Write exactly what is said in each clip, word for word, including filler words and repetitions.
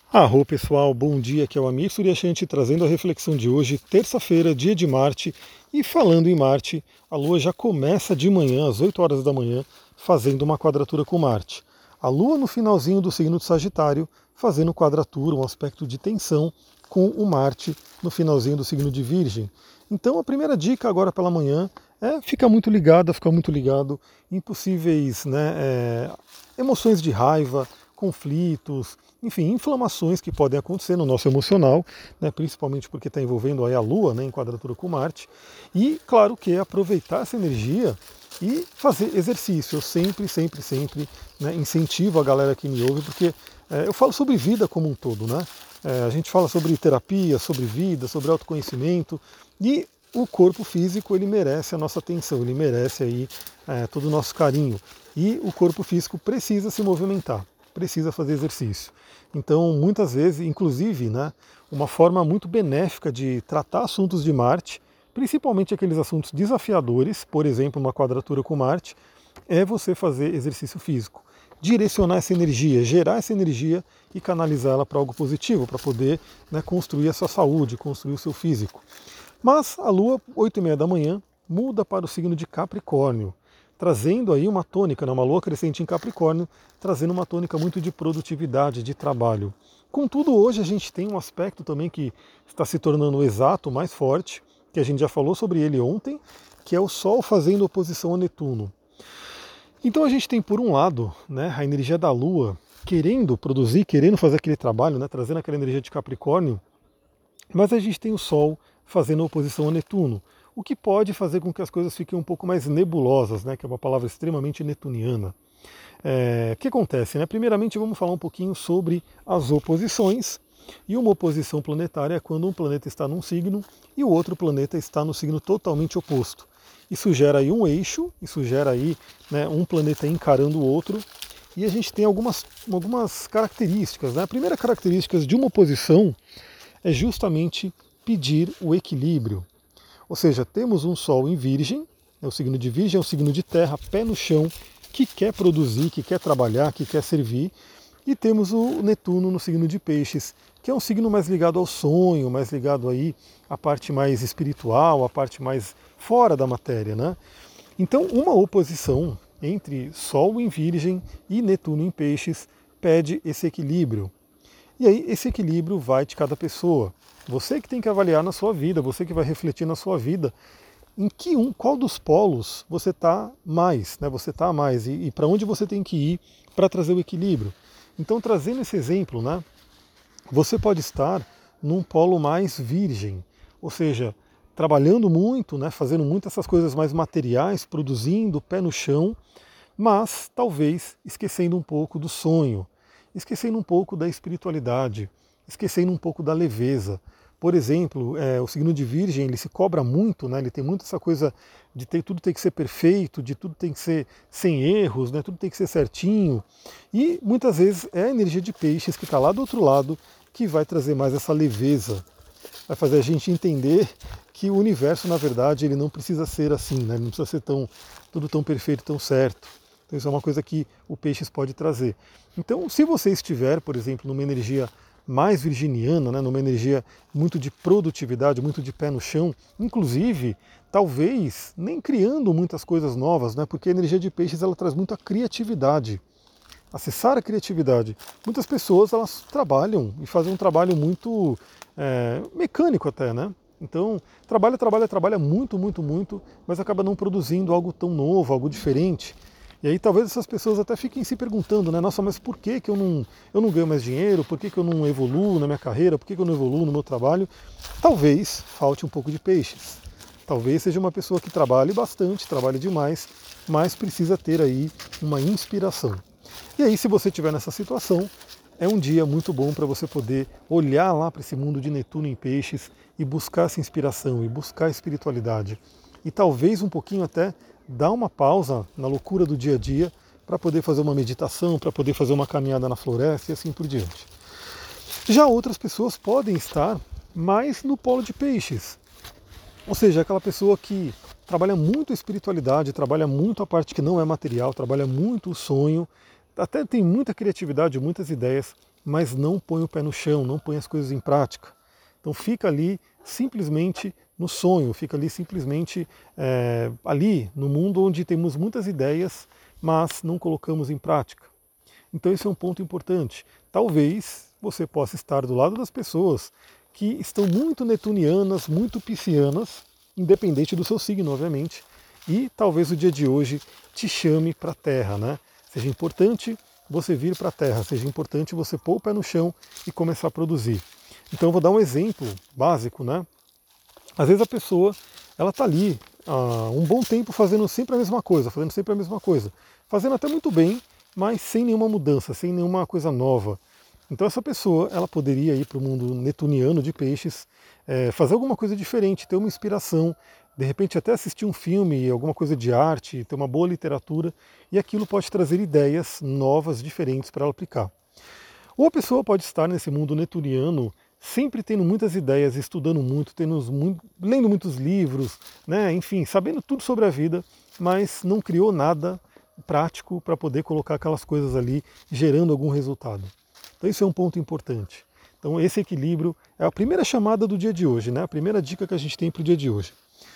Arro pessoal, bom dia, aqui é o Amir Suryashanti trazendo a reflexão de hoje, terça-feira, dia de Marte, e falando em Marte, a Lua já começa de manhã, às oito horas da manhã, fazendo uma quadratura com Marte. A Lua no finalzinho do signo de Sagitário, fazendo quadratura, um aspecto de tensão com o Marte no finalzinho do signo de Virgem. Então a primeira dica agora pela manhã é ficar muito ligada, ficar muito ligado em possíveis né, é, emoções de raiva, conflitos, enfim, inflamações que podem acontecer no nosso emocional, né, principalmente porque está envolvendo aí a Lua né, em quadratura com Marte. E claro que é aproveitar essa energia e fazer exercício. Eu sempre, sempre, sempre né, incentivo a galera que me ouve, porque é, eu falo sobre vida como um todo, né? É, a gente fala sobre terapia, sobre vida, sobre autoconhecimento e o corpo físico ele merece a nossa atenção, ele merece aí é, todo o nosso carinho. E o corpo físico precisa se movimentar, precisa fazer exercício. Então, muitas vezes, inclusive, né, uma forma muito benéfica de tratar assuntos de Marte, principalmente aqueles assuntos desafiadores, por exemplo, uma quadratura com Marte, é você fazer exercício físico. Direcionar essa energia, gerar essa energia e canalizá-la para algo positivo, para poder né, construir a sua saúde, construir o seu físico. Mas a Lua, oito e meia da manhã, muda para o signo de Capricórnio, trazendo aí uma tônica, né, uma Lua crescente em Capricórnio, trazendo uma tônica muito de produtividade, de trabalho. Contudo, hoje a gente tem um aspecto também que está se tornando exato, mais forte, que a gente já falou sobre ele ontem, que é o Sol fazendo oposição a Netuno. Então a gente tem, por um lado, né, a energia da Lua querendo produzir, querendo fazer aquele trabalho, né, trazendo aquela energia de Capricórnio, mas a gente tem o Sol fazendo oposição a Netuno, o que pode fazer com que as coisas fiquem um pouco mais nebulosas, né, que é uma palavra extremamente netuniana. É, o que acontece? Né? Primeiramente vamos falar um pouquinho sobre as oposições. E uma oposição planetária é quando um planeta está num signo e o outro planeta está no signo totalmente oposto. Isso gera aí um eixo, isso gera aí né, um planeta encarando o outro, e a gente tem algumas, algumas características. Né? A primeira característica de uma oposição é justamente pedir o equilíbrio. Ou seja, temos um Sol em Virgem, é o signo de Virgem, é um signo de terra, pé no chão, que quer produzir, que quer trabalhar, que quer servir, e temos o Netuno no signo de Peixes, que é um signo mais ligado ao sonho, mais ligado aí à parte mais espiritual, à parte mais fora da matéria, né? Então, uma oposição entre Sol em Virgem e Netuno em Peixes pede esse equilíbrio. E aí esse equilíbrio vai de cada pessoa. Você que tem que avaliar na sua vida, você que vai refletir na sua vida, em que um, qual dos polos você está mais, né? Você está mais e, e para onde você tem que ir para trazer o equilíbrio. Então, trazendo esse exemplo, né? Você pode estar num polo mais virgem, ou seja, trabalhando muito, né? Fazendo muitas essas coisas mais materiais, produzindo, pé no chão, mas talvez esquecendo um pouco do sonho, esquecendo um pouco da espiritualidade, esquecendo um pouco da leveza. Por exemplo, é, o signo de Virgem ele se cobra muito, né? Ele tem muito essa coisa de ter, tudo tem que ser perfeito, de tudo tem que ser sem erros, né? Tudo tem que ser certinho. E muitas vezes é a energia de Peixes que está lá do outro lado que vai trazer mais essa leveza, vai fazer a gente entender que o universo, na verdade, ele não precisa ser assim, né? Ele não precisa ser tão, tudo tão perfeito, tão certo. Então isso é uma coisa que o Peixes pode trazer. Então, se você estiver, por exemplo, numa energia mais virginiana, né, numa energia muito de produtividade, muito de pé no chão, inclusive, talvez nem criando muitas coisas novas, né, porque a energia de Peixes ela traz muita criatividade. Acessar a criatividade. Muitas pessoas elas trabalham e fazem um trabalho muito é, mecânico até, né? Então, trabalha, trabalha, trabalha muito, muito, muito, mas acaba não produzindo algo tão novo, algo diferente. E aí talvez essas pessoas até fiquem se perguntando, né? Nossa, mas por que, que eu, não, eu não ganho mais dinheiro? Por que, que eu não evoluo na minha carreira? Por que, que eu não evoluo no meu trabalho? Talvez falte um pouco de peixes. Talvez seja uma pessoa que trabalhe bastante, trabalhe demais, mas precisa ter aí uma inspiração. E aí, se você estiver nessa situação, é um dia muito bom para você poder olhar lá para esse mundo de Netuno em Peixes e buscar essa inspiração e buscar a espiritualidade. E talvez um pouquinho até dar uma pausa na loucura do dia a dia para poder fazer uma meditação, para poder fazer uma caminhada na floresta e assim por diante. Já outras pessoas podem estar mais no polo de Peixes, ou seja, aquela pessoa que trabalha muito a espiritualidade, trabalha muito a parte que não é material, trabalha muito o sonho, até tem muita criatividade, muitas ideias, mas não põe o pé no chão, não põe as coisas em prática. Então fica ali simplesmente no sonho, fica ali simplesmente é, ali no mundo onde temos muitas ideias, mas não colocamos em prática. Então esse é um ponto importante. Talvez você possa estar do lado das pessoas que estão muito netunianas, muito piscianas, independente do seu signo, obviamente, e talvez o dia de hoje te chame para a Terra, né? Seja importante você vir para a Terra, seja importante você pôr o pé no chão e começar a produzir. Então eu vou dar um exemplo básico, né? Às vezes a pessoa, ela está ali há um bom tempo fazendo sempre a mesma coisa, fazendo sempre a mesma coisa, fazendo até muito bem, mas sem nenhuma mudança, sem nenhuma coisa nova. Então essa pessoa, ela poderia ir para o mundo netuniano de peixes, é, fazer alguma coisa diferente, ter uma inspiração, de repente até assistir um filme, alguma coisa de arte, ter uma boa literatura, e aquilo pode trazer ideias novas, diferentes para ela aplicar. Ou a pessoa pode estar nesse mundo netuniano, sempre tendo muitas ideias, estudando muito, tendo muito, lendo muitos livros, né, enfim, sabendo tudo sobre a vida, mas não criou nada prático para poder colocar aquelas coisas ali, gerando algum resultado. Então isso é um ponto importante. Então esse equilíbrio é a primeira chamada do dia de hoje, né? A primeira dica que a gente tem para o dia de hoje.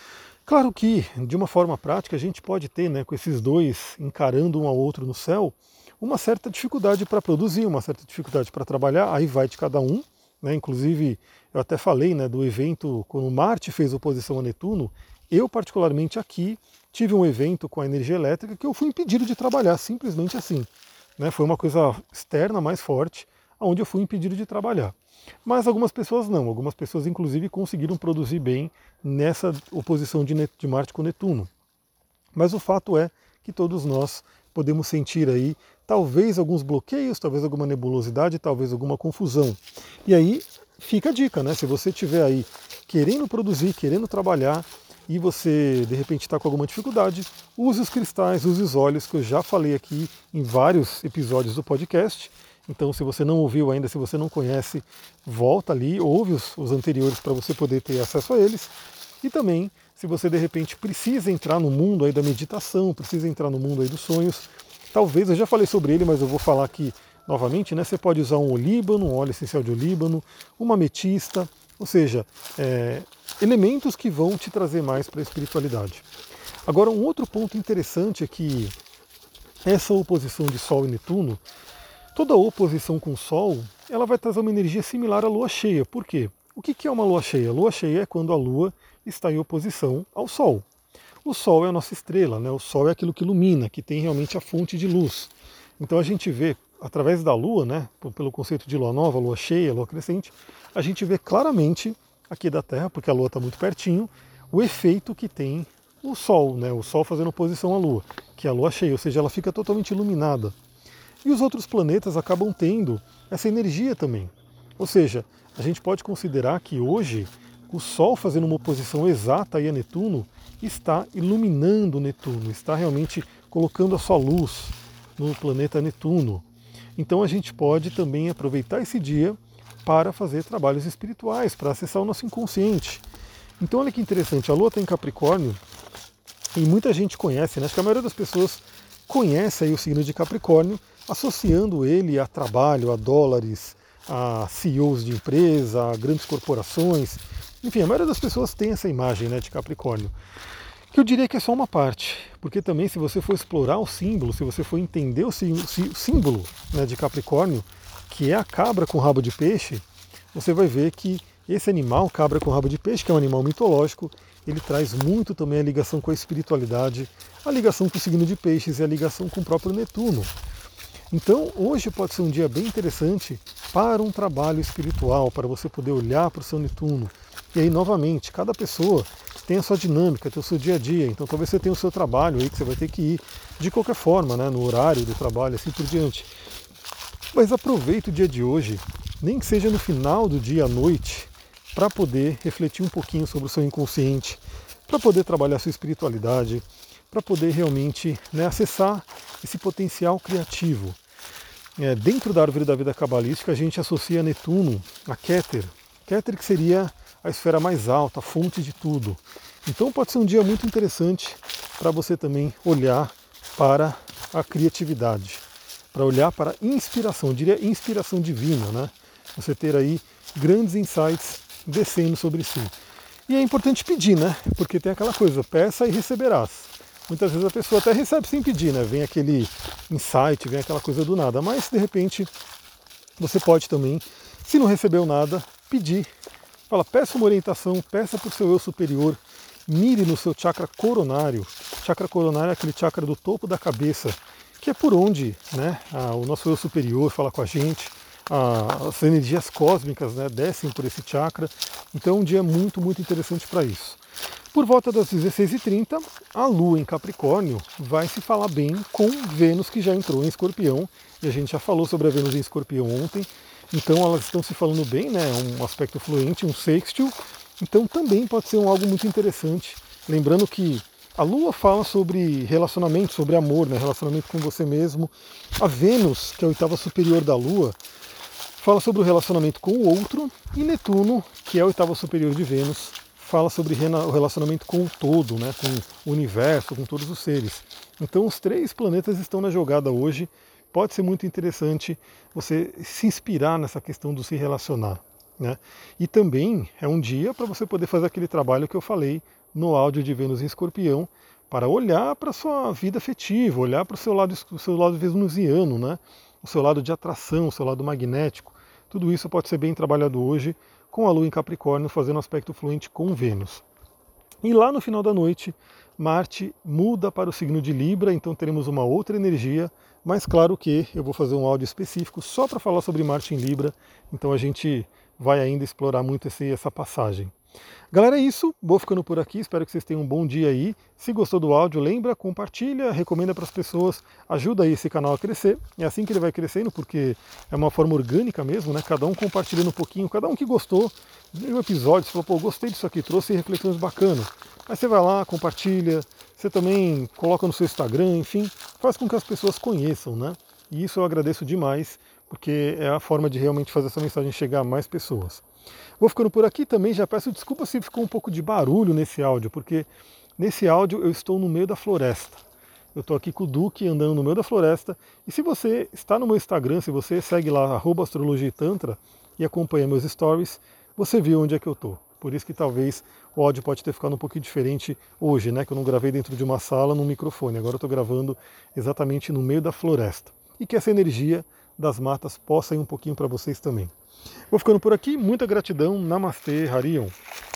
Claro que, de uma forma prática, a gente pode ter, né, com esses dois encarando um ao outro no céu, uma certa dificuldade para produzir, uma certa dificuldade para trabalhar, aí vai de cada um. Né? Inclusive, eu até falei, né, do evento quando Marte fez oposição a Netuno, eu particularmente aqui tive um evento com a energia elétrica que eu fui impedido de trabalhar, simplesmente assim. Né? Foi uma coisa externa mais forte, onde eu fui impedido de trabalhar. Mas algumas pessoas não, algumas pessoas inclusive conseguiram produzir bem nessa oposição de, de Marte com Netuno. Mas o fato é que todos nós podemos sentir aí talvez alguns bloqueios, talvez alguma nebulosidade, talvez alguma confusão. E aí fica a dica, né? Se você estiver aí querendo produzir, querendo trabalhar, e você de repente está com alguma dificuldade, use os cristais, use os óleos, que eu já falei aqui em vários episódios do podcast. Então, se você não ouviu ainda, se você não conhece, volta ali, ouve os, os anteriores para você poder ter acesso a eles. E também, se você de repente precisa entrar no mundo aí da meditação, precisa entrar no mundo aí dos sonhos, talvez, eu já falei sobre ele, mas eu vou falar aqui novamente, né? Você pode usar um olíbano, um óleo essencial de olíbano, uma ametista, ou seja, é, elementos que vão te trazer mais para a espiritualidade. Agora, um outro ponto interessante é que essa oposição de Sol e Netuno, toda oposição com o Sol, ela vai trazer uma energia similar à Lua cheia. Por quê? O que é uma Lua cheia? Lua cheia é quando a Lua está em oposição ao Sol. O Sol é a nossa estrela, né? O Sol é aquilo que ilumina, que tem realmente a fonte de luz. Então a gente vê, através da Lua, né, pelo conceito de Lua nova, Lua cheia, Lua crescente, a gente vê claramente aqui da Terra, porque a Lua está muito pertinho, o efeito que tem o Sol, né? O Sol fazendo oposição à Lua, que é a Lua cheia, ou seja, ela fica totalmente iluminada. E os outros planetas acabam tendo essa energia também. Ou seja, a gente pode considerar que hoje o Sol fazendo uma oposição exata aí a Netuno está iluminando Netuno, está realmente colocando a sua luz no planeta Netuno. Então a gente pode também aproveitar esse dia para fazer trabalhos espirituais, para acessar o nosso inconsciente. Então olha que interessante, a Lua está em Capricórnio e muita gente conhece, né? Acho que a maioria das pessoas conhece aí o signo de Capricórnio, associando ele a trabalho, a dólares, a C E Os de empresa, a grandes corporações. Enfim, a maioria das pessoas tem essa imagem, né, de Capricórnio. Que eu diria que é só uma parte, porque também se você for explorar o símbolo, se você for entender o símbolo, né, de Capricórnio, que é a cabra com rabo de peixe, você vai ver que esse animal, cabra com rabo de peixe, que é um animal mitológico, ele traz muito também a ligação com a espiritualidade, a ligação com o signo de peixes e a ligação com o próprio Netuno. Então, hoje pode ser um dia bem interessante para um trabalho espiritual, para você poder olhar para o seu Netuno. E aí, novamente, cada pessoa tem a sua dinâmica, tem o seu dia a dia. Então, talvez você tenha o seu trabalho aí que você vai ter que ir de qualquer forma, né, no horário do trabalho, assim por diante. Mas aproveite o dia de hoje, nem que seja no final do dia à noite, para poder refletir um pouquinho sobre o seu inconsciente, para poder trabalhar a sua espiritualidade, para poder realmente, né, acessar esse potencial criativo. É, dentro da árvore da vida cabalística, a gente associa Netuno a Keter. Keter que seria a esfera mais alta, a fonte de tudo. Então pode ser um dia muito interessante para você também olhar para a criatividade. para olhar para inspiração, eu diria inspiração divina, né? Você ter aí grandes insights descendo sobre si. E é importante pedir, né? Porque tem aquela coisa, peça e receberás. Muitas vezes a pessoa até recebe sem pedir, né? Vem aquele insight, vem aquela coisa do nada, mas de repente você pode também, se não recebeu nada, pedir. Fala, peça uma orientação, peça para o seu eu superior, mire no seu chakra coronário. Chakra coronário é aquele chakra do topo da cabeça, que é por onde, né, a, o nosso eu superior fala com a gente, a, as energias cósmicas, né, descem por esse chakra. Então é um dia muito, muito interessante para isso. Por volta das dezesseis e trinta, a Lua em Capricórnio vai se falar bem com Vênus, que já entrou em Escorpião, e a gente já falou sobre a Vênus em Escorpião ontem. Então elas estão se falando bem, né? Um aspecto fluente, um sextil. Então também pode ser um algo muito interessante. Lembrando que a Lua fala sobre relacionamento, sobre amor, né? Relacionamento com você mesmo. A Vênus, que é a oitava superior da Lua, fala sobre o relacionamento com o outro. E Netuno, que é a oitava superior de Vênus, fala sobre o relacionamento com o todo, né? Com o universo, com todos os seres. Então os três planetas estão na jogada hoje. Pode ser muito interessante você se inspirar nessa questão do se relacionar, né? E também é um dia para você poder fazer aquele trabalho que eu falei no áudio de Vênus em Escorpião, para olhar para a sua vida afetiva, olhar para o seu lado, o seu lado venusiano, né? O seu lado de atração, o seu lado magnético. Tudo isso pode ser bem trabalhado hoje com a Lua em Capricórnio fazendo um aspecto fluente com Vênus. E lá no final da noite, Marte muda para o signo de Libra, então teremos uma outra energia, mas claro que eu vou fazer um áudio específico só para falar sobre Marte em Libra, então a gente vai ainda explorar muito esse, essa passagem. Galera, é isso, vou ficando por aqui, espero que vocês tenham um bom dia aí. Se gostou do áudio, lembra, compartilha, recomenda para as pessoas, ajuda aí esse canal a crescer. É assim que ele vai crescendo, porque é uma forma orgânica mesmo, né? Cada um compartilhando um pouquinho, cada um que gostou, viu o episódio, você falou, pô, gostei disso aqui, trouxe reflexões bacanas. Aí você vai lá, compartilha, você também coloca no seu Instagram, enfim, faz com que as pessoas conheçam, né? E isso eu agradeço demais, porque é a forma de realmente fazer essa mensagem chegar a mais pessoas. Vou ficando por aqui também, já peço desculpa se ficou um pouco de barulho nesse áudio, porque nesse áudio eu estou no meio da floresta. Eu estou aqui com o Duque andando no meio da floresta, e se você está no meu Instagram, se você segue lá, arroba astrologia e tantra, e acompanha meus stories, você viu onde é que eu estou. Por isso que talvez o áudio pode ter ficado um pouquinho diferente hoje, né? Que eu não gravei dentro de uma sala, num microfone. Agora eu estou gravando exatamente no meio da floresta. E que essa energia das matas possa ir um pouquinho para vocês também. Vou ficando por aqui, muita gratidão, Namastê, Harion.